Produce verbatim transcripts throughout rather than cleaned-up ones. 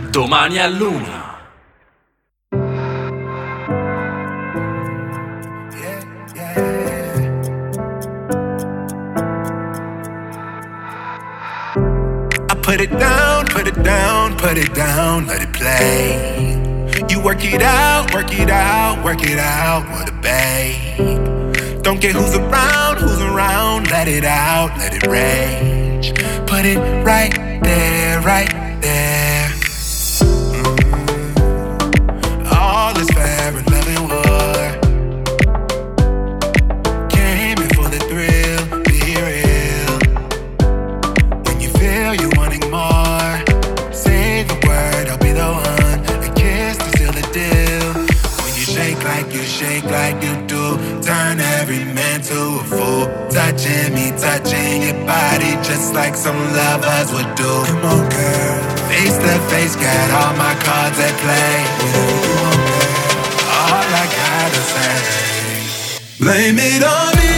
Domani a luna. Put it down, put it down, put it down, let it play. You work it out, work it out, work it out, what a babe. Don't care who's around, who's around, let it out, let it rage. Put it right there, right there. Mm-hmm. All is fair in love and war. Came here for the thrill, be real. When you feel you wanting more, say the word, I'll be the one. A kiss to seal the deal. When you shake like you shake like you do, turn every man to a fool. Touching me, touching your body, just like some lovers would do. Come on, girl, face to face, got all my cards at play. Whatever you want, girl, all I gotta say, blame it on me.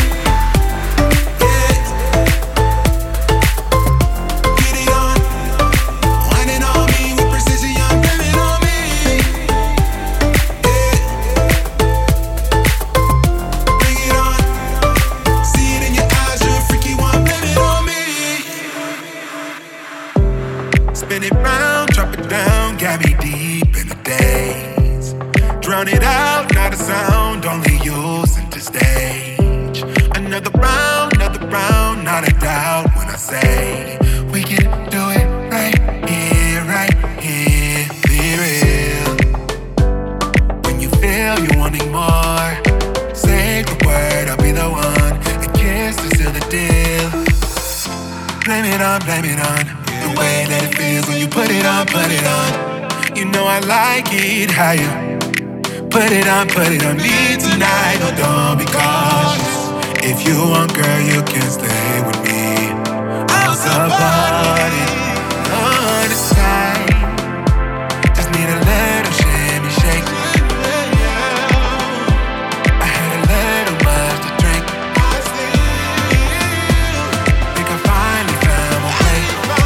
Drown it out, not a sound, only you center stage. Another round, another round, not a doubt when I say we can do it right here, right here, be real. When you feel you're wanting more, say the word, I'll be the one. A kiss to seal the deal. Blame it on, blame it on the way that it feels when you put it on, put it on. You know I like it how you put it on, put it on me tonight. Oh, don't be cautious. If you want, girl, you can stay with me. I'll support it on the side. Just need a little shimmy shake. I had a little much to drink. Think I finally found my way.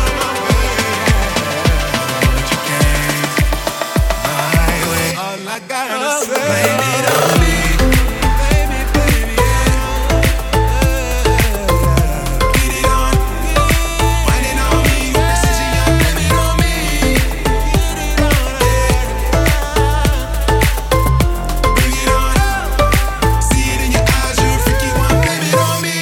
But you came my way. All I gotta say, blame it on me. Baby, baby, yeah. Get it on. Wind it on me. Precision, yeah. Blame it on me. Get it on, yeah. Bring it on. See it in your eyes, you're a freaky one. Blame it on me.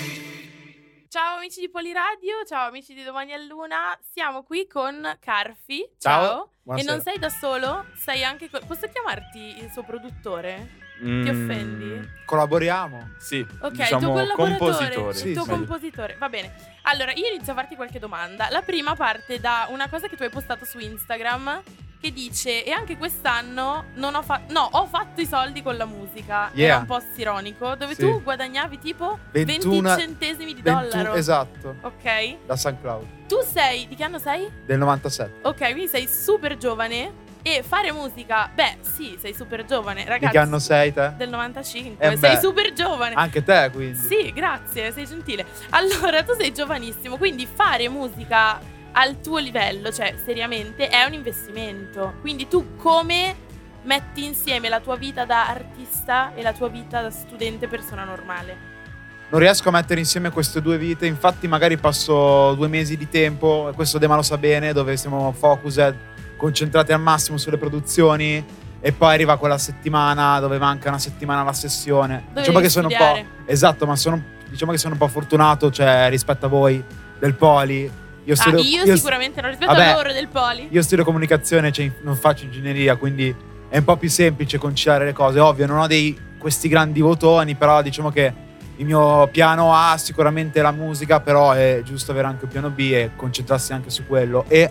Ciao amici di Poliradio, ciao amici di Domani a Luna. Siamo qui con Carfi. Ciao. Ciao. E Buonasera. non sei da solo, sei anche co- posso chiamarti il suo produttore? Mm, Ti offendi? Collaboriamo. Sì, Ok, diciamo il tuo collaboratore, compositore. Sì, il tuo sì. compositore. Va bene. Allora, io inizio a farti qualche domanda. La prima parte da una cosa che tu hai postato su Instagram che dice: e anche quest'anno non ho fatto no, ho fatto i soldi con la musica. Yeah. Era un post ironico, dove Sì. tu guadagnavi tipo ventuno venti centesimi di ventuno dollaro. Esatto, Ok. da SoundCloud Tu sei di che anno sei? del novantasette. Ok, quindi sei super giovane. E fare musica, beh, sì, sei super giovane, ragazzi. Di che anno sei te? Del novantacinque. Eh sei beh. super giovane. Anche te, quindi. Sì, grazie, sei gentile. Allora, tu sei giovanissimo, quindi fare musica al tuo livello, cioè seriamente, è un investimento. Quindi tu come metti insieme la tua vita da artista e la tua vita da studente persona normale? Non riesco a mettere insieme queste due vite. Infatti magari passo due mesi di tempo, e questo Dema lo sa bene, dove siamo focused, concentrati al massimo sulle produzioni, e poi arriva quella settimana dove manca una settimana alla sessione. Dove diciamo devi che sono un studiare. po'. Esatto, ma sono diciamo che sono un po' fortunato, cioè rispetto a voi del Poli. Io Ah, studio, io, sicuramente non rispetto vabbè, a loro del Poli. Io studio comunicazione, cioè non faccio ingegneria, quindi è un po' più semplice conciliare le cose. Ovvio, non ho dei questi grandi votoni, però diciamo che il mio piano A sicuramente è la musica, però è giusto avere anche un piano B e concentrarsi anche su quello. E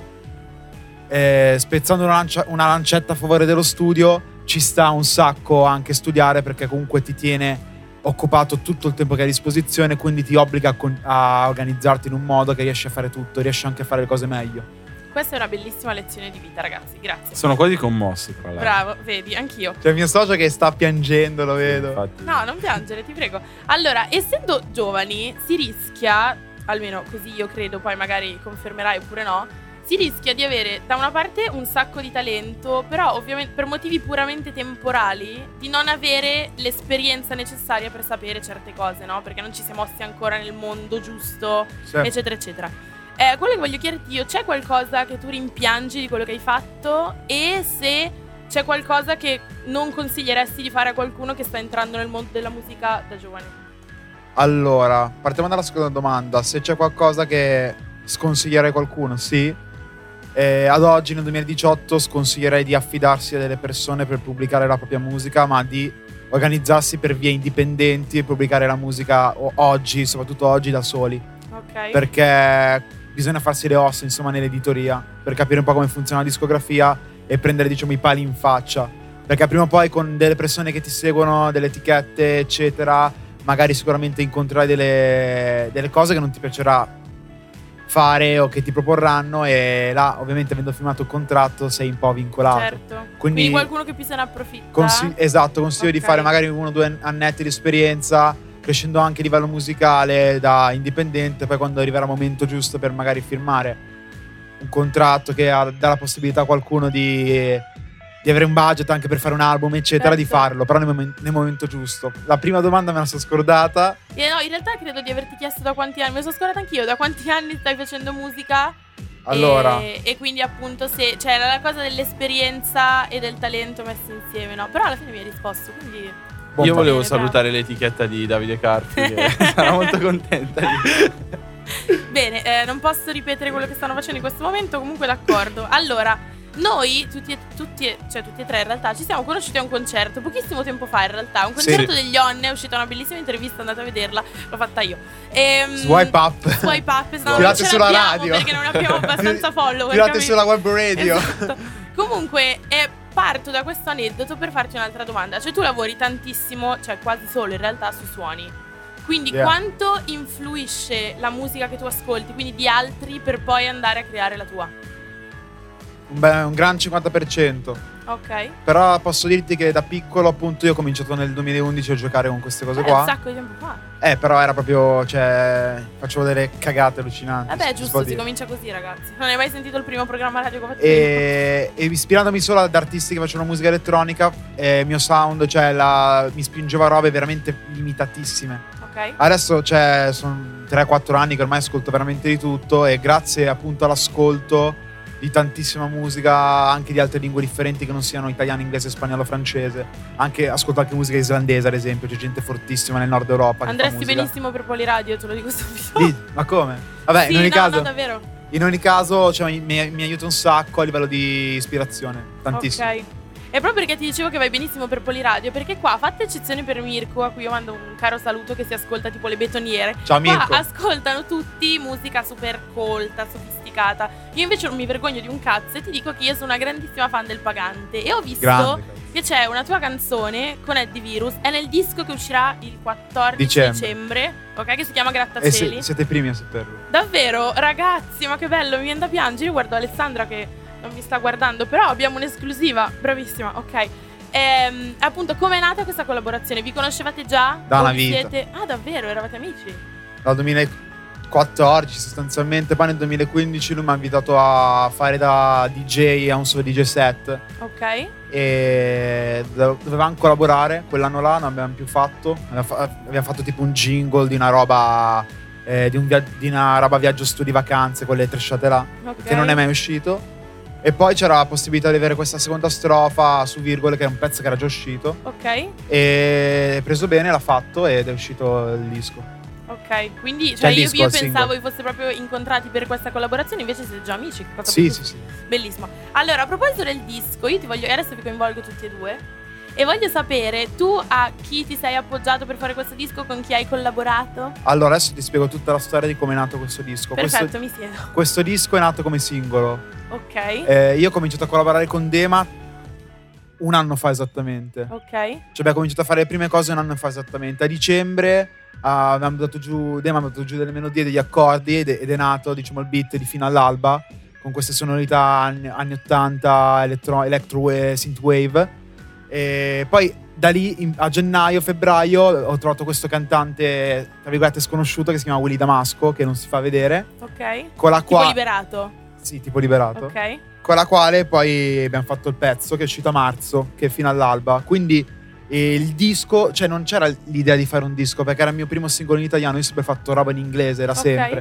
eh, spezzando una, lancia- una lancetta a favore dello studio, ci sta un sacco anche studiare, perché comunque ti tiene occupato tutto il tempo che hai a disposizione, quindi ti obbliga a, con- a organizzarti in un modo che riesci a fare tutto, riesci anche a fare le cose meglio. Questa è una bellissima lezione di vita, ragazzi, grazie. Sono quasi commosso, tra l'altro. Bravo, vedi, anch'io. C'è il mio socio che sta piangendo, lo vedo. Infatti. No, non piangere, ti prego. Allora, essendo giovani, si rischia, almeno così io credo, poi magari confermerai oppure no, si rischia di avere da una parte un sacco di talento, però ovviamente per motivi puramente temporali di non avere l'esperienza necessaria per sapere certe cose, no? Perché non ci si è mossi ancora nel mondo giusto, Sì. eccetera eccetera. Eh, quello che voglio chiederti io, c'è qualcosa che tu rimpiangi di quello che hai fatto? E se c'è qualcosa che non consiglieresti di fare a qualcuno che sta entrando nel mondo della musica da giovane? Allora, partiamo dalla seconda domanda. Se c'è qualcosa che sconsiglierei a qualcuno, sì. Eh, ad oggi, nel duemiladiciotto, sconsiglierei di affidarsi a delle persone per pubblicare la propria musica, ma di organizzarsi per vie indipendenti e pubblicare la musica o- oggi, soprattutto oggi, da soli. Ok. Perché bisogna farsi le ossa, insomma, nell'editoria per capire un po' come funziona la discografia e prendere, diciamo, i pali in faccia. Perché prima o poi con delle persone che ti seguono, delle etichette, eccetera, magari sicuramente incontrerai delle, delle cose che non ti piacerà fare o che ti proporranno, e là, ovviamente, avendo firmato il contratto, sei un po' vincolato. Certo. Quindi, Quindi qualcuno che più se ne approfitta. Consi- esatto, consiglio di Ok. fare magari uno o due annetti di esperienza, crescendo anche a livello musicale da indipendente. Poi, quando arriverà il momento giusto per magari firmare un contratto che ha- dà la possibilità a qualcuno di, di avere un budget anche per fare un album, eccetera, Certo. di farlo, però nel, momen- nel momento giusto. La prima domanda me la sono scordata. Eh, no, in realtà credo di averti chiesto da quanti anni. Me lo sono scordata anch'io. Da quanti anni stai facendo musica? Allora, E, e quindi, appunto, se cioè, era la cosa dell'esperienza e del talento messi insieme, no? Però alla fine mi hai risposto, quindi. buon Io po'. volevo Bene, salutare l'etichetta di Davide Carpi, che sarà molto contenta di... Bene, eh, non posso ripetere quello che stanno facendo in questo momento. Comunque, d'accordo. Allora, noi tutti e, tutti e- cioè tutti e tre in realtà ci siamo conosciuti a un concerto pochissimo tempo fa, in realtà. Un Sì. concerto degli On, è uscita una bellissima intervista, andate a vederla, l'ho fatta io. Ehm, Swipe up. Swipe up, se no non Tirate ce sulla l'abbiamo radio. perché non abbiamo abbastanza follower. Tirate capito? sulla web radio. Esatto. Comunque, eh, parto da questo aneddoto per farti un'altra domanda. Cioè, tu lavori tantissimo, cioè quasi solo in realtà, sui suoni. Quindi, Yeah. quanto influisce la musica che tu ascolti, quindi di altri, per poi andare a creare la tua? Un, beh, un gran cinquanta per cento. Ok? Però posso dirti che da piccolo, appunto, io ho cominciato nel duemilaundici a giocare con queste cose Eh, qua. un sacco di tempo fa. Eh, però era proprio, cioè, facevo delle cagate allucinanti. Vabbè, si giusto, può si dire. comincia così, ragazzi. Non hai mai sentito il primo programma radio che ho fatto io? E, e ispirandomi solo ad artisti che facevano musica elettronica, eh, il mio sound, cioè, la, mi spingeva a robe veramente limitatissime. Ok? Adesso, cioè, sono tre quattro anni che ormai ascolto veramente di tutto, e grazie appunto all'ascolto di tantissima musica, anche di altre lingue differenti che non siano italiano, inglese, spagnolo, francese. Anche ascolto anche musica islandese, ad esempio. C'è gente fortissima nel nord Europa che fa Andresti musica. benissimo per Poliradio, te lo dico subito. Lì, ma come? Vabbè, Sì, in ogni no, caso, no, davvero. in ogni caso, cioè, mi, mi aiuta un sacco a livello di ispirazione, tantissimo. Ok. E proprio perché ti dicevo che vai benissimo per Poliradio, perché qua, fatta eccezione per Mirko, a cui io mando un caro saluto, che si ascolta tipo le betoniere. Ciao Qua Mirko. ascoltano tutti musica super colta, sofisticata. Io invece non mi vergogno di un cazzo e ti dico che io sono una grandissima fan del Pagante. E ho visto Grande. che c'è una tua canzone con Eddie Virus, è nel disco che uscirà il quattordici Dicembre. dicembre, ok? Che si chiama E Grattacieli. se- siete i primi a saperlo. Davvero, ragazzi, ma che bello, mi viene da piangere. Io guardo Alessandra che non mi sta guardando, però abbiamo un'esclusiva, bravissima, ok. Ehm, appunto, come è nata questa collaborazione? Vi conoscevate già? Da O una vi vita. Siete... Ah, davvero, eravate amici? Dal duemilaquattordici sostanzialmente. Poi nel duemilaquindici lui mi ha invitato a fare da D J a un suo D J set, Ok. e do- dovevamo collaborare. Quell'anno là non abbiamo più fatto. Abbiamo, fa- abbiamo fatto tipo un jingle di una roba eh, di, un via- di una roba viaggio studi vacanze, quelle tresciate là, Ok. che non è mai uscito. E poi c'era la possibilità di avere questa seconda strofa su Virgole, che è un pezzo che era già uscito, Ok, e preso bene, l'ha fatto ed è uscito il disco. ok. Quindi, C'è cioè, il io, disco io al pensavo singolo. vi foste proprio incontrati per questa collaborazione, invece siete già amici. Che cosa Sì, più- sì, sì. Bellissimo. Allora, a proposito del disco, io ti voglio. Adesso vi coinvolgo tutti e due. E voglio sapere, tu a chi ti sei appoggiato per fare questo disco, con chi hai collaborato? Allora adesso ti spiego tutta la storia di come è nato questo disco. Perfetto, Questo, mi siedo. questo disco è nato come singolo. Ok, Eh, io ho cominciato a collaborare con Dema un anno fa esattamente. ok. Cioè abbiamo cominciato a fare le prime cose un anno fa esattamente. A dicembre ah, abbiamo dato giù, Dema ha dato giù delle melodie, degli accordi, ed, ed è nato, diciamo, il beat di Fino all'alba, con queste sonorità anni, anni ottanta, elettro, electro e synthwave. E poi da lì in- a gennaio, febbraio ho trovato questo cantante, tra virgolette, sconosciuto, che si chiama Willy Damasco, che non si fa vedere, Ok. con la Tipo quale liberato. Sì, tipo Liberato. Ok. Con la quale poi abbiamo fatto il pezzo che è uscito a marzo, che è fino all'alba. Quindi eh, il disco, cioè non c'era l'idea di fare un disco perché era il mio primo singolo in italiano, io ho sempre fatto roba in inglese, da Ok. sempre.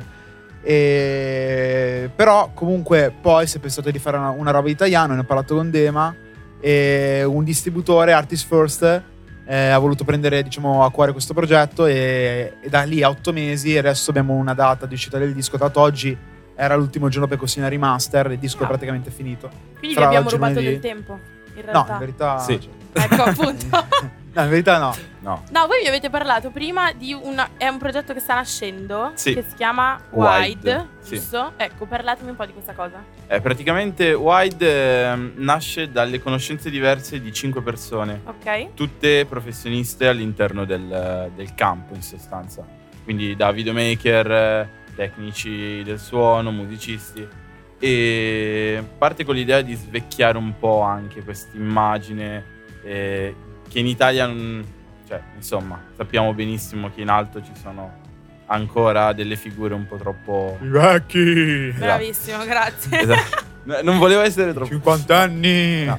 E... Però comunque poi si è pensato di fare una, una roba in italiano, ne ho parlato con Dema e un distributore, Artist First, eh, ha voluto prendere, diciamo, a cuore questo progetto e, e da lì a otto mesi e adesso abbiamo una data di uscita del disco. Tanto oggi era l'ultimo giorno per consegnare i master, il disco Ah. è praticamente finito. Quindi vi Fra abbiamo oggi e rubato lunedì. del tempo, in No, realtà. in verità Sì. cioè- Ecco, appunto. no, in verità no. No. No, voi mi avete parlato prima di una... È un progetto che sta nascendo, Sì. che si chiama Wide, Wide, sì. giusto? Ecco, parlatemi un po' di questa cosa. Eh, praticamente Wide ehm, nasce dalle conoscenze diverse di cinque persone, Ok? tutte professioniste all'interno del, del campo in sostanza. Quindi da videomaker, eh, tecnici del suono, musicisti. E parte con l'idea di svecchiare un po' anche questa immagine eh, che in Italia, non- cioè, insomma, sappiamo benissimo che in alto ci sono ancora delle figure un po' troppo... I vecchi! Bravissimo, grazie. Esatto. No, non volevo essere troppo... cinquanta anni! No.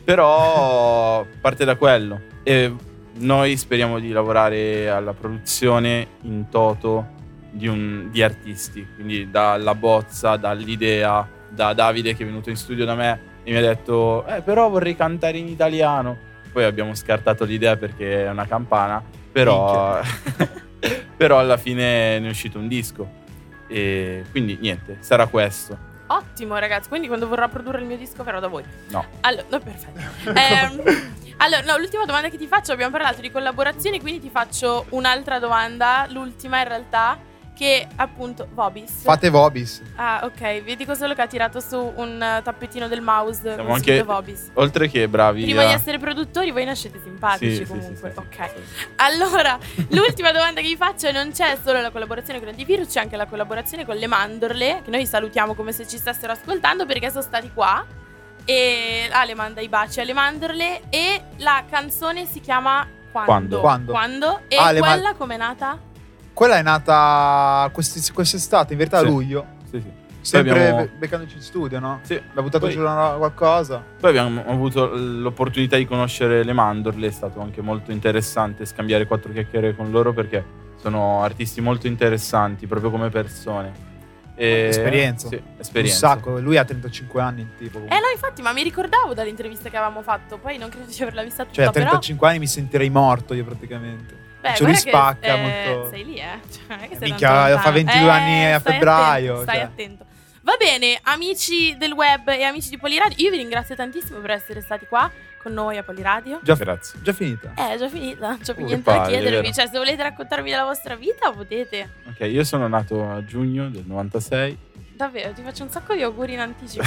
Però parte da quello. E noi speriamo di lavorare alla produzione in toto di, un, di artisti. Quindi dalla bozza, dall'idea, da Davide che è venuto in studio da me e mi ha detto eh però vorrei cantare in italiano. Poi abbiamo scartato l'idea perché è una campana. Però, però alla fine ne è uscito un disco. E quindi niente, sarà questo. Ottimo, ragazzi. Quindi quando vorrò produrre il mio disco verrò da voi. No. Allora, no, perfetto. Ehm, allora, no, l'ultima domanda che ti faccio, abbiamo parlato di collaborazioni, quindi ti faccio un'altra domanda, l'ultima in realtà, che appunto Vobis. Fate Vobis. Ah, ok, vi dico solo che ha tirato su un eh, tappetino del mouse Siamo con anche- scritto Vobis. Oltre che bravi Prima a- di essere produttori voi nascete simpatici Sì, sì, comunque. sì, sì, sì, Ok. sì. Allora, l'ultima domanda che vi faccio è: non c'è solo la collaborazione con Antivirus, c'è anche la collaborazione con le Mandorle, che noi salutiamo come se ci stessero ascoltando perché sono stati qua. E Ale manda i baci alle Mandorle. E la canzone si chiama Quando. Quando. Quando? E Ale, ma- quella com'è nata? Quella è nata questi- quest'estate, in verità a Sì. luglio. Sì, sì. Sempre abbiamo- be- beccandoci in studio, no? Sì. L'ha buttato Poi- giù una- qualcosa. Poi abbiamo avuto l'opportunità di conoscere le Mandorle, è stato anche molto interessante scambiare quattro chiacchiere con loro perché sono artisti molto interessanti proprio come persone. E... Esperienza. Sì, Un esperienza. sacco. Lui ha trentacinque anni, tipo. Eh no, infatti, ma mi ricordavo dall'intervista che avevamo fatto. Poi non credo di averla vista tutta, Cioè, a però. trentacinque anni mi sentirei morto io praticamente. Beh, Cioè, lui guarda che, spacca eh, molto. Sei lì, eh. Cioè, non è che sei Minchia, tanto fa lontano. ventidue anni a stai febbraio, attento, stai cioè. attento. Va bene, amici del web e amici di Poliradio, io vi ringrazio tantissimo per essere stati qua con noi a Poliradio. Già, Grazie. già finita. Eh, è già finita, non c'ho più Uh, niente da palle, chiedervi. vero. Cioè, se volete raccontarmi della vostra vita, potete. Ok, io sono nato a giugno del novantasei. Davvero, ti faccio un sacco di auguri in anticipo.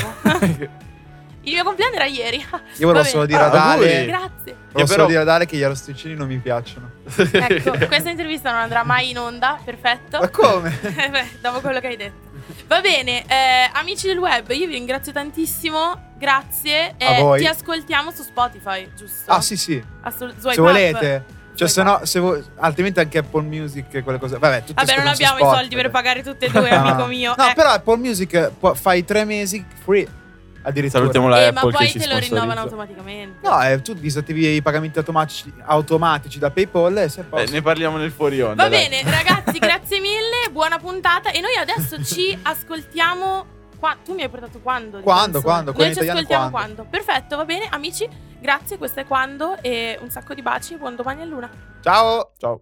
Il mio compleanno era ieri. Io volevo Va solo bene. dire ad Ah, auguri. Ale. Grazie. Volevo Che solo però- dire ad Ale che gli arrosticini non mi piacciono. Ecco, questa intervista non andrà mai in onda, perfetto. Ma come? Eh beh, dopo quello che hai detto. Va bene, eh, amici del web, io vi ringrazio tantissimo. Grazie. A Eh, voi. Ti ascoltiamo su Spotify, giusto? Ah, sì, sì. Assolut- swipe Se up. volete. Cioè, se Swipe no, up. se vo- altrimenti anche Apple Music e quelle cose. Vabbè, tutte Vabbè, non scorrono su abbiamo i Spotify. soldi per pagare tutte e due, No, amico no. mio. No, Eh. però Apple Music può- fai tre mesi free. Addirittura. Salutiamo la Eh, ma Apple che poi ci te lo rinnovano sponsorizza. automaticamente. No, eh, tu disattivi i pagamenti automatici, automatici da PayPal e sei a Eh, posto. ne parliamo nel fuori onda. Va dai. bene, ragazzi, grazie mille, buona puntata. E noi adesso ci ascoltiamo. Qua- tu mi hai portato quando? di Quando, canzone? quando, quella Noi ci italiana è ascoltiamo Quando. quando. Perfetto, va bene, amici. Grazie, questo è Quando. E un sacco di baci. Buon domani a Luna. Ciao! Ciao.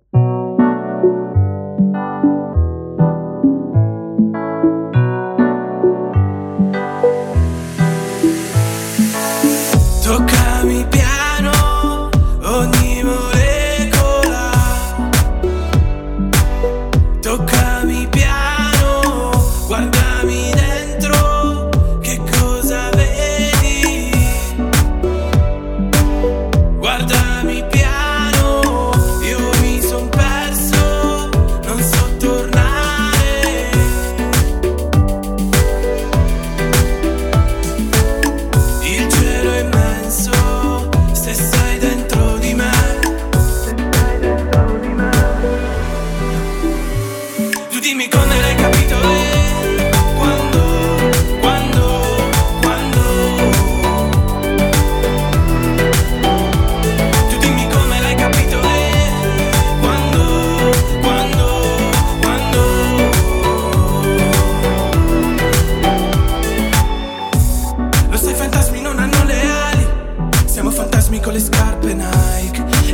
Toccami piano ogni molecola. Toccami piano, guardami dentro, che cosa vedi? Guardami piano, io mi son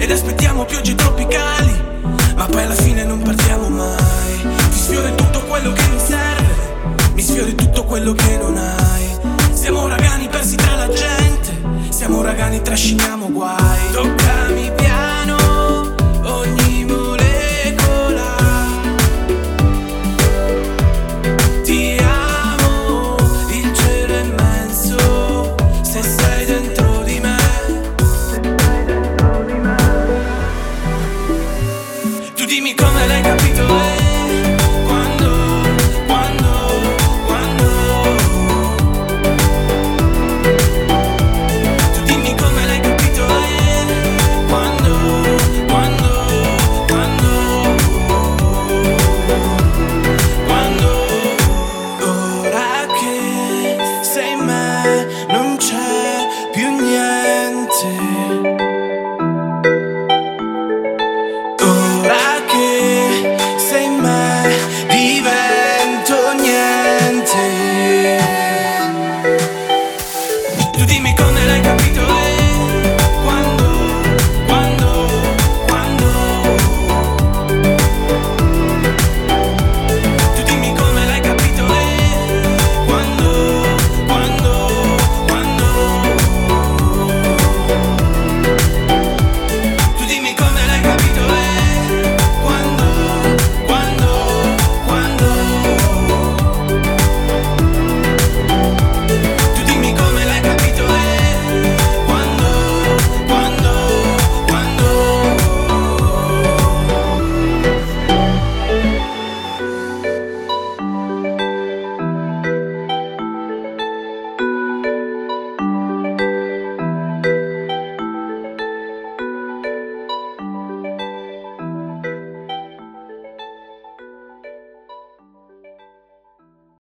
ed aspettiamo piogge tropicali, ma poi alla fine non partiamo mai. Ti sfioro tutto quello che mi serve, mi sfiori tutto quello che non hai. Siamo uragani persi tra la gente, siamo uragani, trasciniamo guai. Toccami piano ogni molecola, ti amo, il cielo è immenso se sei dentro di me. Tu dimmi come l'hai capito.